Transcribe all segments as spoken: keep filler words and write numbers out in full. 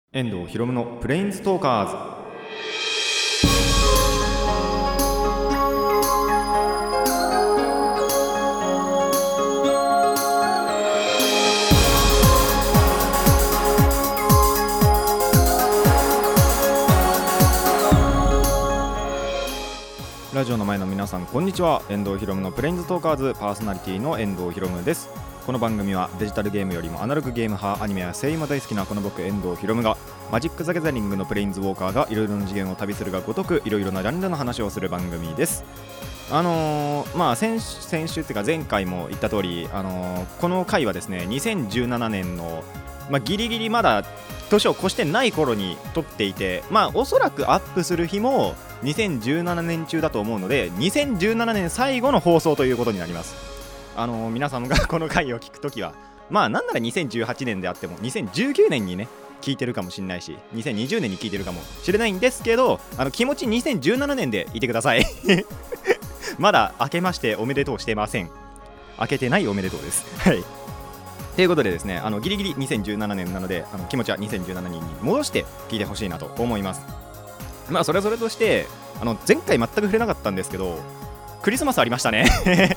遠藤ひろむのプレインズトーカーズ。ラジオの前の皆さんこんにちは。遠藤ひろむのプレインズトーカーズパーソナリティの遠藤ひろむです。この番組はデジタルゲームよりもアナログゲーム派、アニメや声優も大好きなこの僕遠藤ひろむがマジック・ザ・ギャザリングのプレインズウォーカーがいろいろな次元を旅するがごとくいろいろなジャンルの話をする番組です。あのー、まあ 先, 先週っていうか前回も言った通り、あのー、この回はですねにせんじゅうななねんの、まあ、ギリギリまだ年を越してない頃に撮っていて、まあおそらくアップする日もにせんじゅうななねん中だと思うのでにせんじゅうななねん最後の放送ということになります。あのー、皆さんがこの回を聞くときはまあなんならにせんじゅうはちねんであってもにせんじゅうきゅうねんにね聞いてるかもしれないしにせんにじゅうねんに聞いてるかもしれないんですけど、あの気持ちにせんじゅうななねんでいてくださいまだ明けましておめでとうしてません。明けてないおめでとうですはいということでですね、あのギリギリにせんじゅうななねんなのであの気持ちはにせんじゅうななねんに戻して聞いてほしいなと思います。まあそれぞれとしてあの前回全く触れなかったんですけどクリスマスありましたね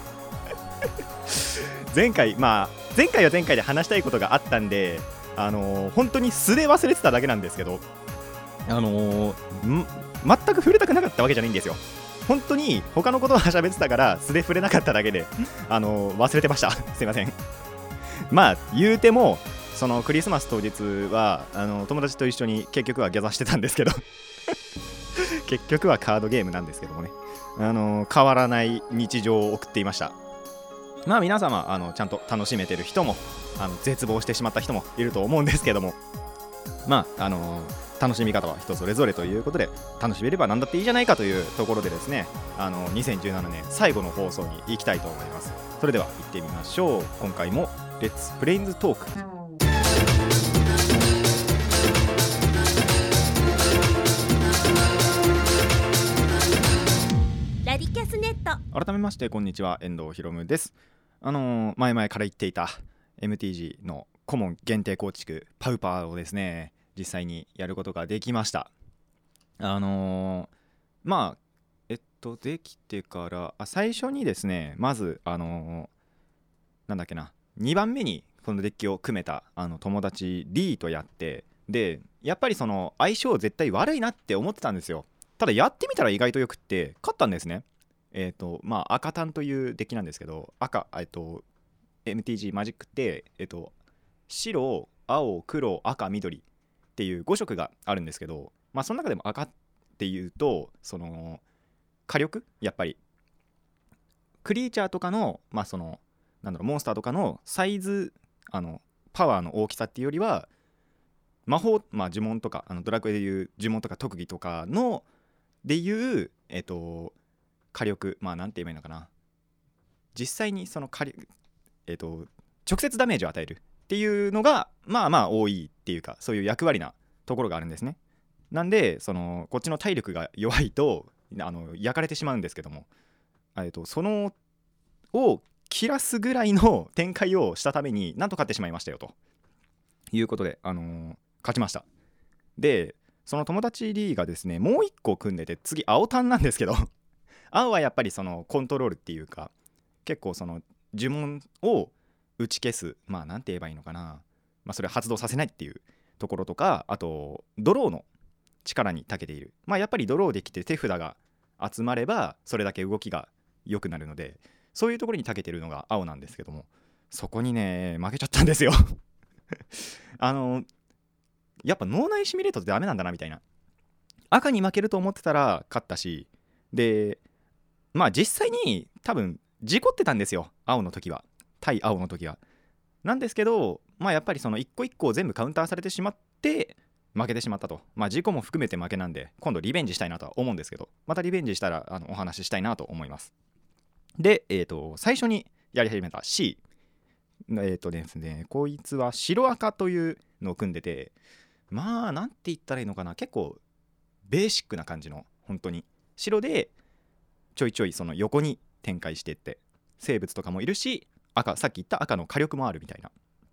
前回まあ前回は前回で話したいことがあったんであのー、本当に素で忘れてただけなんですけど、あのー、全く触れたくなかったわけじゃないんですよ。本当に他のことを喋ってたから素で触れなかっただけで、あのー、忘れてましたすいませんまあ言うてもそのクリスマス当日はあの友達と一緒に結局はギャザしてたんですけど結局はカードゲームなんですけどもね、あのー、変わらない日常を送っていました。まあ皆様あのちゃんと楽しめてる人もあの絶望してしまった人もいると思うんですけども、まああのー、楽しみ方は人それぞれということで楽しめれば何だっていいじゃないかというところでですね、あのにせんじゅうななねん最後の放送に行きたいと思います。それでは行ってみましょう。今回もレッツプレインズトーク。 ラディキャスネット。 改めましてこんにちは、遠藤ひろむです。あのー、前々から言っていた エムティージー の顧問限定構築パウパーをですね実際にやることができました。あのー、まあえっとできてからあ最初にですねまずあのー、なんだっけなにばんめにこのデッキを組めたあの友達 D とやって、でやっぱりその相性絶対悪いなって思ってたんですよ。ただやってみたら意外とよくって勝ったんですね。えっとまあ赤タンというデッキなんですけど、赤えっと エムティージー マジックってえっと白青黒赤緑っていうご色があるんですけど、まあその中でも赤っていうとその火力やっぱりクリーチャーとかのまあそのなんだろうモンスターとかのサイズあのパワーの大きさっていうよりは魔法まあ呪文とかあのドラクエでいう呪文とか特技とかのでいうえっと火力まあなんて言えばいいのかな、実際にその火力えっと直接ダメージを与えるっていうのがまあまあ多いっていうかそういう役割なところがあるんですね。なんでそのこっちの体力が弱いとあの焼かれてしまうんですけども、えっとそのを切らすぐらいの展開をしたためになんと勝ってしまいましたよということで、あのー、勝ちました。でその友達 D がですねもう一個組んでて次青タンなんですけど青はやっぱりそのコントロールっていうか結構その呪文を打ち消すまあなんて言えばいいのかな、まあそれを発動させないっていうところとか、あとドローの力に長けている、まあやっぱりドローできて手札が集まればそれだけ動きが良くなるのでそういうところに長けてるのが青なんですけども、そこにね負けちゃったんですよあのやっぱ脳内シミュレートってダメなんだなみたいな。赤に負けると思ってたら勝ったし、でまあ実際に多分事故ってたんですよ青の時は、対青の時はなんですけど、まあやっぱりその一個一個全部カウンターされてしまって負けてしまったと。まあ事故も含めて負けなんで今度リベンジしたいなとは思うんですけど、またリベンジしたらあのお話ししたいなと思います。で、えーと、最初にやり始めた C、えーとですね、こいつは白赤というのを組んでて、まあなんて言ったらいいのかな、結構ベーシックな感じの本当に白でちょいちょいその横に展開していって生物とかもいるし、赤さっき言った赤の火力もあるみたいな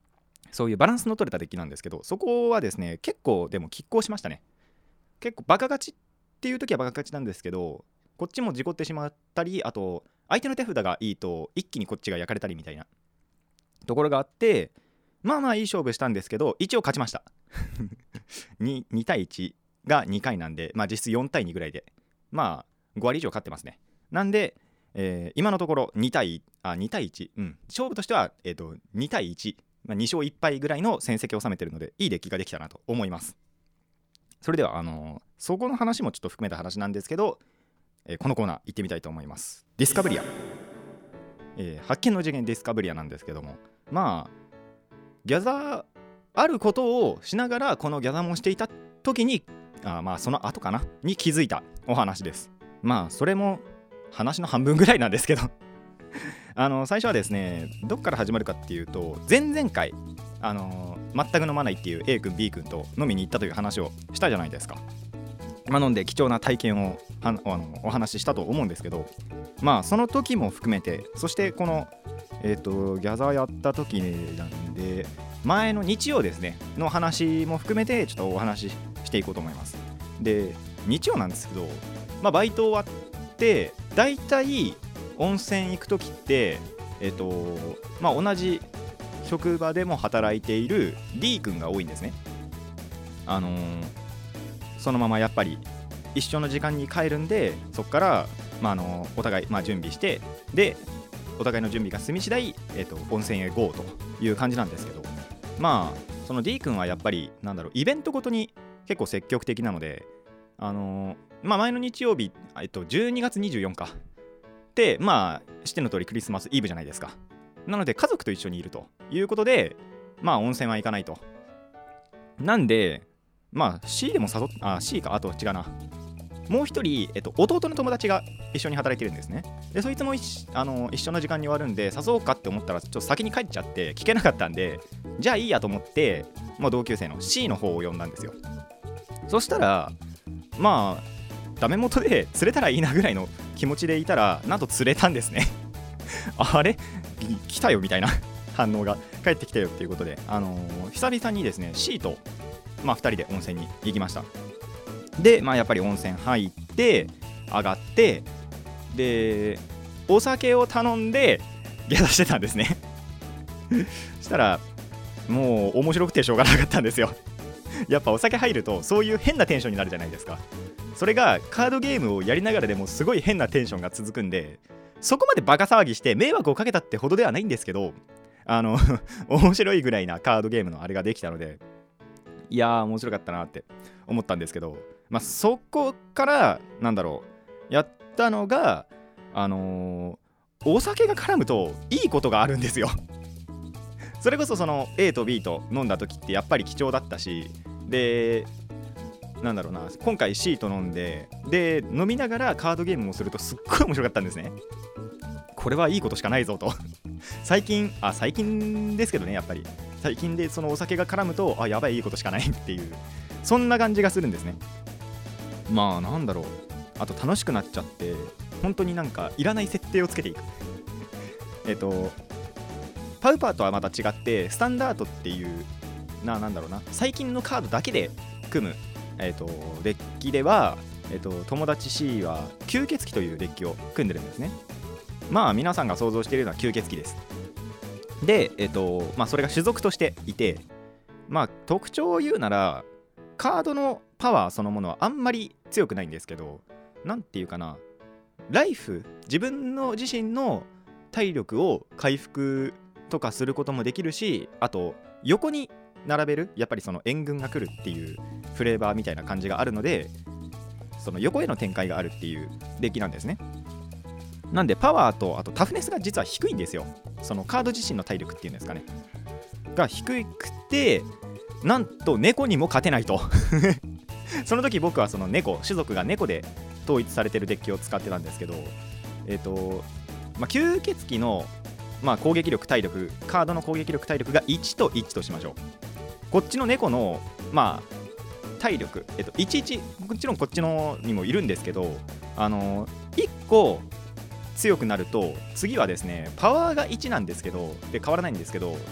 そういうバランスの取れたデッキなんですけど、そこはですね結構でも拮抗しましたね。結構バカ勝ちっていう時はバカ勝ちなんですけど、こっちも事故ってしまったり、あと相手の手札がいいと一気にこっちが焼かれたりみたいなところがあって、まあまあいい勝負したんですけど一応勝ちました。に, に対いちがにかいなんで、まあ実質よん対にぐらいで、まあご割以上勝ってますね。なんで、えー、今のところに対あに対いち、うん、勝負としては、えー、とに対いち、まあ、に勝いっ敗ぐらいの戦績を収めてるので、いいデッキができたなと思います。それではあのー、そこの話もちょっと含めた話なんですけど、えー、このコーナー行ってみたいと思います。ディスカブリア、えー、発見の次元ディスカブリアなんですけども、まあギャザーあることをしながらこのギャザーもしていた時に、あまあその後かなに気づいたお話です。まあそれも話の半分ぐらいなんですけどあの最初はですね、どっから始まるかっていうと、前々回あの全く飲まないっていう A 君 B 君と飲みに行ったという話をしたじゃないですか。まあ飲んで貴重な体験をああのお話ししたと思うんですけど、まあその時も含めて、そしてこのえっとギャザーやった時なんで前の日曜ですねの話も含めてちょっとお話ししていこうと思います。で日曜なんですけど、まあバイト終わってだいたい温泉行く時ってえっとまあ同じ職場でも働いている D 君が多いんですね。あのー、そのままやっぱり一緒の時間に帰るんで、そこから、まあ、あのお互い、まあ、準備して、でお互いの準備が済み次第、えっと、温泉へ GO という感じなんですけど、まあその D 君はやっぱりなんだろう、イベントごとに結構積極的なので、あのー、まあ前の日曜日、えっと、じゅうにがつにじゅうよっかで、まあ知っての通りクリスマスイブじゃないですか。なので家族と一緒にいるということで、まあ温泉は行かないと。なんでまあ C でも誘っあ C か、あと違うな、もう一人、えっと、弟の友達が一緒に働いてるんですね。でそいつも一あの一緒の時間に終わるんで誘おうかって思ったらちょっと先に帰っちゃって聞けなかったんで、じゃあいいやと思って、まあ、同級生の C の方を呼んだんですよ。そしたらまあダメ元で釣れたらいいなぐらいの気持ちでいたら、なんと釣れたんですね。あれ来たよみたいな反応が返ってきたよっていうことで、あのー、久々にですね C と、まあ、ふたりで温泉に行きました。で、まあ、やっぱり温泉入って上がって、でお酒を頼んでギャザしてたんですね。そしたらもう面白くてしょうがなかったんですよ。やっぱお酒入るとそういう変なテンションになるじゃないですか。それがカードゲームをやりながらでもすごい変なテンションが続くんで、そこまでバカ騒ぎして迷惑をかけたってほどではないんですけど、あの面白いぐらいなカードゲームのあれができたので、いやー面白かったなって思ったんですけど、まあそこからなんだろうやったのが、あのー、お酒が絡むといいことがあるんですよ。それこそその A と B と飲んだ時ってやっぱり貴重だったし、でなんだろうな、今回 C と飲んで、で飲みながらカードゲームをするとすっごい面白かったんですね。これはいいことしかないぞと。最近あ最近ですけどね、やっぱり最近でそのお酒が絡むと、あやばいいいことしかないっていう、そんな感じがするんですね。まあなんだろう、あと楽しくなっちゃって、本当になんかいらない設定をつけていく。えっとパウパーとはまた違って、スタンダードっていうな、なんだろうな、最近のカードだけで組む、えっとデッキでは、えっと友達 C は吸血鬼というデッキを組んでるんですね。まあ皆さんが想像しているような吸血鬼です。で、えっとまあそれが種族としていて、まあ特徴を言うならカードのパワーそのものはあんまり強くないんですけど、なんていうかな、ライフ、自分の自身の体力を回復とかすることもできるし、あと横に並べる、やっぱりその援軍が来るっていうフレーバーみたいな感じがあるので、その横への展開があるっていうデッキなんですね。なんでパワーとあとタフネスが実は低いんですよ。そのカード自身の体力っていうんですかねが低くて、なんと猫にも勝てないと。その時僕はその猫、種族が猫で統一されてるデッキを使ってたんですけど、えっとまあ吸血鬼のまあ攻撃力体力、カードの攻撃力体力がいちといちとしましょう。こっちの猫のまあ体力、えっといちいち、もちろんこっちのにもいるんですけど、あのいっこ強くなると次はですねパワーがいちなんですけど、で変わらないんですけど、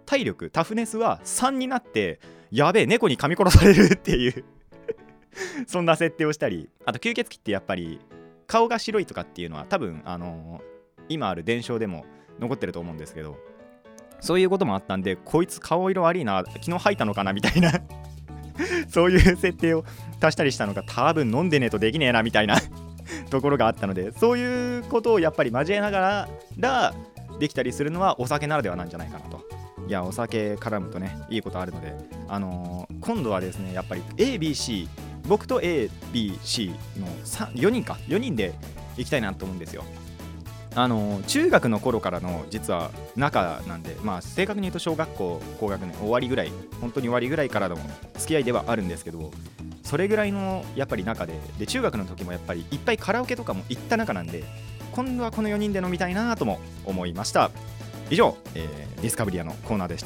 体力タフネスはさんになって、やべえ猫に噛み殺されるっていうそんな設定をしたり、あと吸血鬼ってやっぱり顔が白いとかっていうのは多分あのー、今ある伝承でも残ってると思うんですけど、そういうこともあったんで、こいつ顔色悪いな、昨日吐いたのかなみたいなそういう設定を足したりしたのが、多分飲んでねえとできねえなみたいなところがあったので、そういうことをやっぱり交えながらできたりするのはお酒ならではなんじゃないかなと。いや、お酒絡むとねいいことあるので、あのー、今度はですねやっぱり エービーシー、 僕と エービーシー のよにんかよにんで行きたいなと思うんですよ。あのー、中学の頃からの実は仲なんで、まあ正確に言うと小学校高学年終わりぐらい、本当に終わりぐらいからの付き合いではあるんですけど、それぐらいのやっぱり仲で、で中学の時もやっぱりいっぱいカラオケとかも行った仲なんで、今度はこのよにんで飲みたいなとも思いました。以上、えー、ディスカブリアのコーナーでした。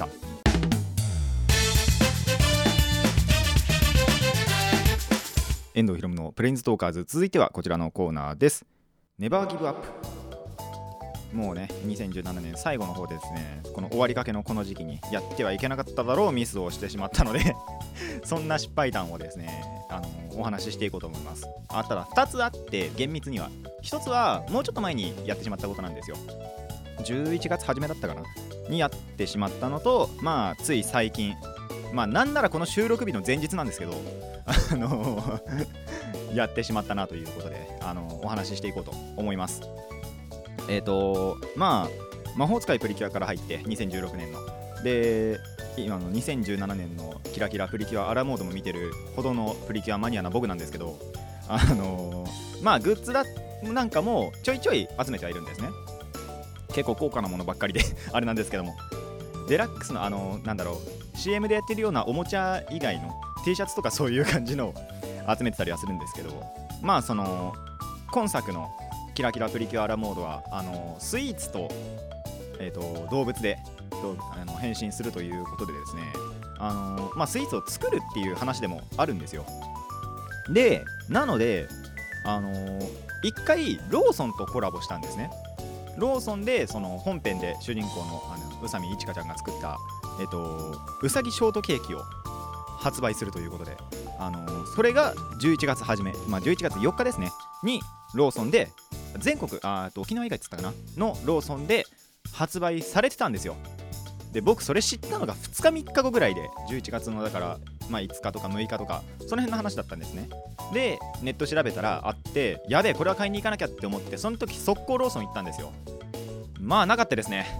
遠藤ひろむのプレインズトーカーズ、続いてはこちらのコーナーです。ネバーギブアップ。もうねにせんじゅうななねん最後の方でですね、この終わりかけのこの時期にやってはいけなかっただろうミスをしてしまったのでそんな失敗談をですね、あのー、お話ししていこうと思います。あただふたつあって、厳密にはひとつはもうちょっと前にやってしまったことなんですよ。じゅういちがつ初めだったかなにやってしまったのと、まあつい最近、まあなんならこの収録日の前日なんですけどあのー、やってしまったなということで、あのー、お話ししていこうと思います。えっ、ー、とまあ魔法使いプリキュアから入ってにせんじゅうろくねんので、今のにせんじゅうななねんのキラキラプリキュアアラモードも見てるほどのプリキュアマニアな僕なんですけど、あのー、まあグッズだなんかもちょいちょい集めてはいるんですね。結構高価なものばっかりであれなんですけども、デラックスのあのー、なんだろう シーエム でやってるようなおもちゃ以外の T シャツとかそういう感じの集めてたりはするんですけど、まあその今作のキラキラプリキュアアラモードはあのスイーツと、えー、と動物であの変身するということでですね、あの、まあ、スイーツを作るっていう話でもあるんですよ。でなのであの一回ローソンとコラボしたんですね。ローソンでその本編で主人公のあの宇佐美いちかちゃんが作った、えー、とうさぎショートケーキを発売するということで、あのそれがじゅういちがつ初め、まあ、じゅういちがつよっかですねにローソンで全国、あと沖縄以外って言ったかなのローソンで発売されてたんですよ。で僕それ知ったのがふつかみっかごぐらいで、じゅういちがつのだから、まあ、いつかとかむいかとかその辺の話だったんですね。でネット調べたらあって、やべえこれは買いに行かなきゃって思って、その時速攻ローソン行ったんですよ。まあなかったですね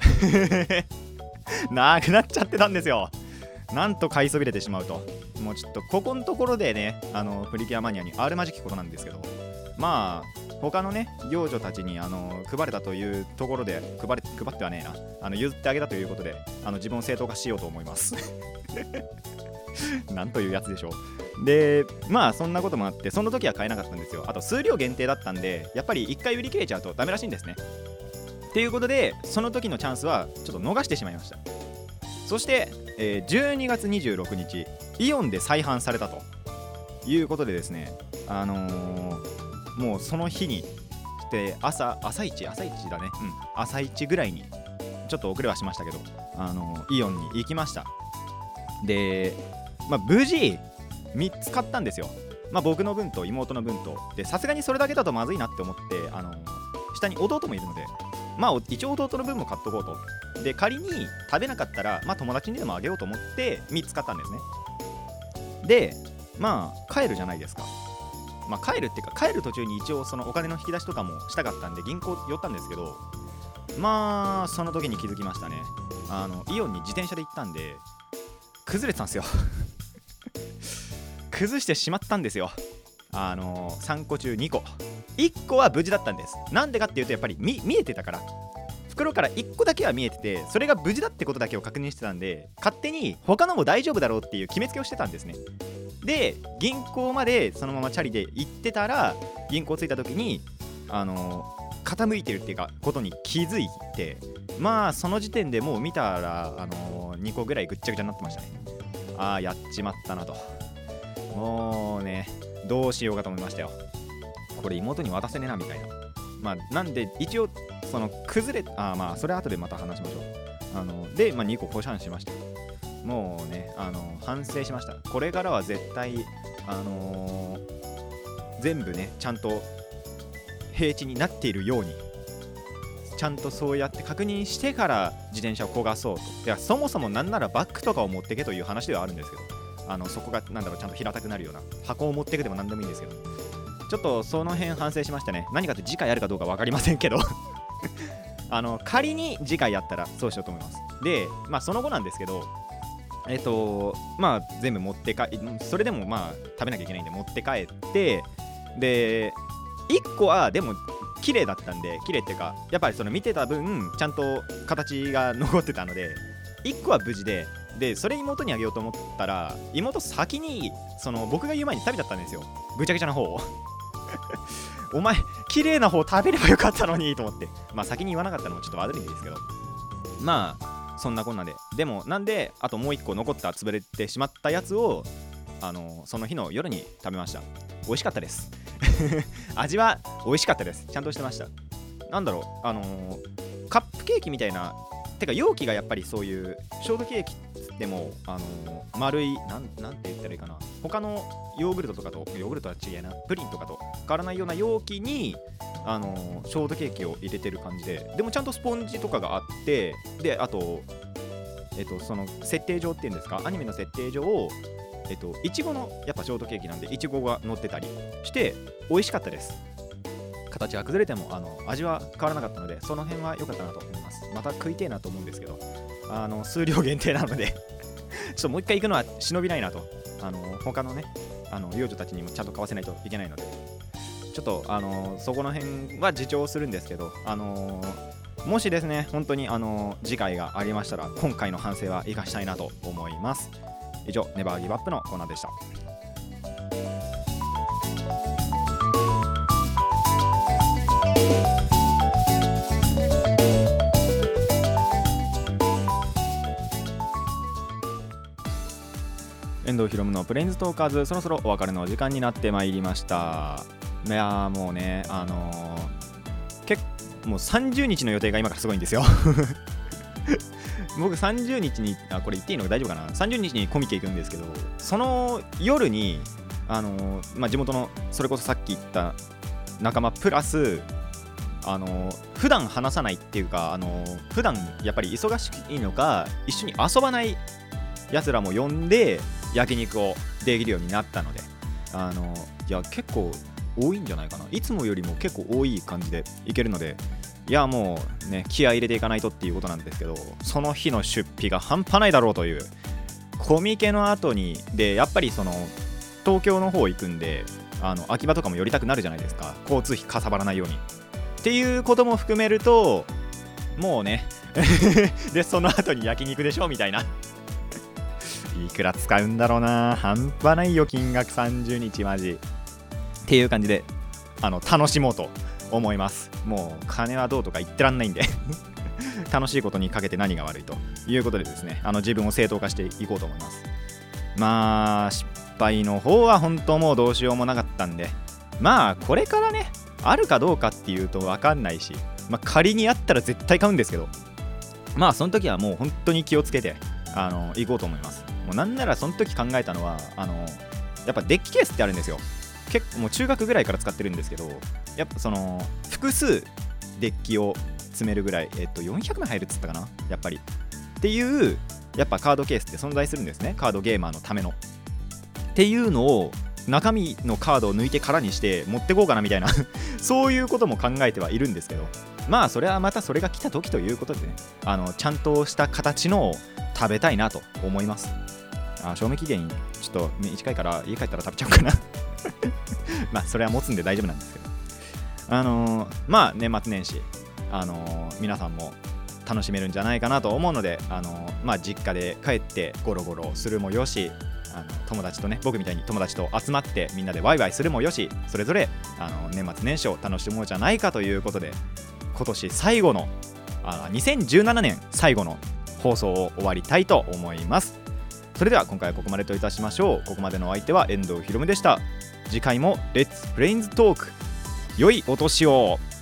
なくなっちゃってたんですよ。なんと買いそびれてしまうと。もうちょっとここのところでね、あのプリキュアマニアにあるまじきことなんですけど、まあ他のね幼女たちにあの配れたというところで、配れ配ってはねえな、あの譲ってあげたということで、あの自分を正当化しようと思いますなんというやつでしょう。でまあそんなこともあって、その時は買えなかったんですよ。あと数量限定だったんで、やっぱりいっかい売り切れちゃうとダメらしいんですね。っていうことでその時のチャンスはちょっと逃してしまいました。そして、えー、じゅうにがつにじゅうろくにちイオンで再販されたということでですね、あのーもうその日にして朝朝一朝一だね、うん、朝一ぐらいにちょっと遅れはしましたけど、あのイオンに行きました。で、まあ、無事みっつ買ったんですよ。まあ、僕の分と妹の分とで、さすがにそれだけだとまずいなって思って、あの下に弟もいるので、まあ一応弟の分も買っとこうと。で仮に食べなかったら、まあ、友達にでもあげようと思ってみっつ買ったんですね。でまあ帰るじゃないですか。まあ、帰るっていうか帰る途中に一応そのお金の引き出しとかもしたかったんで銀行寄ったんですけど、まあその時に気づきましたね。あのイオンに自転車で行ったんで崩れてたんですよ崩してしまったんですよ。あのー、さんこ中にこ、いっこは無事だったんです。なんでかっていうとやっぱり 見, 見えてたから、袋からいっこだけは見えてて、それが無事だってことだけを確認してたんで、勝手に他のも大丈夫だろうっていう決めつけをしてたんですね。で銀行までそのままチャリで行ってたら、銀行着いた時にあのー、傾いてるっていうかことに気づいて、まあその時点でもう見たら、あのー、にこぐらいぐっちゃぐちゃになってましたね。ああやっちまったなと。もうねどうしようかと思いましたよ。これ妹に渡せねえなみたいな。まあなんで一応その崩れあまあそれ後でまた話しましょう。 あので、まあ、にこ交換しました。もうね、あの反省しました。これからは絶対、あのー、全部ねちゃんと平地になっているように、ちゃんとそうやって確認してから自転車を焦がそうと。いや、そもそもなんならバッグとかを持ってけという話ではあるんですけど、あのそこがなんだろう、ちゃんと平たくなるような箱を持ってけでも何でもいいんですけど、ちょっとその辺反省しましたね。何かって次回やるかどうか分かりませんけどあの仮に次回やったらそうしようと思います。で、まあその後なんですけど、えっとまあ全部持ってかそれでもまあ食べなきゃいけないんで持って帰って、でいっこはでも綺麗だったんで、綺麗っていうかやっぱりその見てた分ちゃんと形が残ってたのでいっこは無事で、でそれ妹にあげようと思ったら妹先にその僕が言う前に食べちゃったんですよ、ぐちゃぐちゃな方をお前綺麗な方食べればよかったのにと思って、まあ先に言わなかったのもちょっと悪いんですけど、まあそんなこんなで、でもなんであともういっこ残った潰れてしまったやつをあのその日の夜に食べました。美味しかったです味は美味しかったです。ちゃんとしてました。なんだろう、あのー、カップケーキみたいな、てか容器がやっぱりそういうショートケーキでも、あのー、丸いなん、なんて言ったらいいかな、他のヨーグルトとかとヨーグルトは違いなプリンとかと変わらないような容器に、あのー、ショートケーキを入れてる感じで、でもちゃんとスポンジとかがあって、であとえっとその設定上っていうんですか、アニメの設定上をえっといちごのやっぱショートケーキなんでいちごが乗ってたりして美味しかったです。形が崩れてもあの味は変わらなかったので、その辺は良かったなと思います。また食いてえなと思うんですけど、あの数量限定なのでちょっともう一回行くのは忍びないなと、あの他のねあの幼女たちにもちゃんと買わせないといけないので、ちょっとあのそこの辺は自重するんですけど、あのもしですね本当にあの次回がありましたら今回の反省は生かしたいなと思います。以上、ネバーギブアップのコーナーでした。遠藤ひろむのプレインズトーカーズ、そろそろお別れの時間になってまいりました。いやーもうね、あのー、結構もうさんじゅうにちの予定が今からすごいんですよ僕さんじゅうにちに、あ、これ言っていいのか大丈夫かな、さんじゅうにちにコミケ行くんですけど、その夜にあのーまあ、地元のそれこそさっき言った仲間プラス、あのー、普段話さないっていうか、あのー、普段やっぱり忙しいのか一緒に遊ばないやつらも呼んで焼肉をできるようになったので、あのー、いや結構多いんじゃないかな、いつもよりも結構多い感じでいけるので、いやもうね気合い入れていかないとっていうことなんですけど、その日の出費が半端ないだろうというコミケの後にで、やっぱりその東京の方行くんで、あの秋葉とかも寄りたくなるじゃないですか、交通費かさばらないようにっていうことも含めると、もうねでその後に焼肉でしょみたいないくら使うんだろうな、半端ないよ金額、さんじゅうにちマジっていう感じであの楽しもうと思います。もう金はどうとか言ってらんないんで楽しいことにかけて何が悪いということでですね、あの自分を正当化していこうと思います。まあ失敗の方は本当もうどうしようもなかったんで、まあこれからねあるかどうかっていうと分かんないし、まあ仮にあったら絶対買うんですけど、まあその時はもう本当に気をつけてあの行こうと思います。もうなんならその時考えたのは、あのやっぱデッキケースってあるんですよ。結構もう中学ぐらいから使ってるんですけど、やっぱその複数デッキを詰めるぐらい、えっとよんひゃくまい入るっつったかな、やっぱりっていうやっぱカードケースって存在するんですね、カードゲーマーのためのっていうのを、中身のカードを抜いて空にして持ってこうかなみたいなそういうことも考えてはいるんですけど、まあそれはまたそれが来た時ということでね、あのちゃんとした形のを食べたいなと思います。あ、賞味期限ちょっと短いから家帰ったら食べちゃおうかなまあそれは持つんで大丈夫なんですけど、あのー、まあ年末年始、あのー、皆さんも楽しめるんじゃないかなと思うので、あのー、まあ実家で帰ってゴロゴロするもよし、あの友達とね、僕みたいに友達と集まってみんなでワイワイするもよし、それぞれあの年末年始を楽しもうじゃないかということで、今年最後のあにせんじゅうななねん最後の放送を終わりたいと思います。それでは今回はここまでといたしましょう。ここまでのお相手は遠藤ひろむでした。次回もレッツプレインズトーク、良いお年を。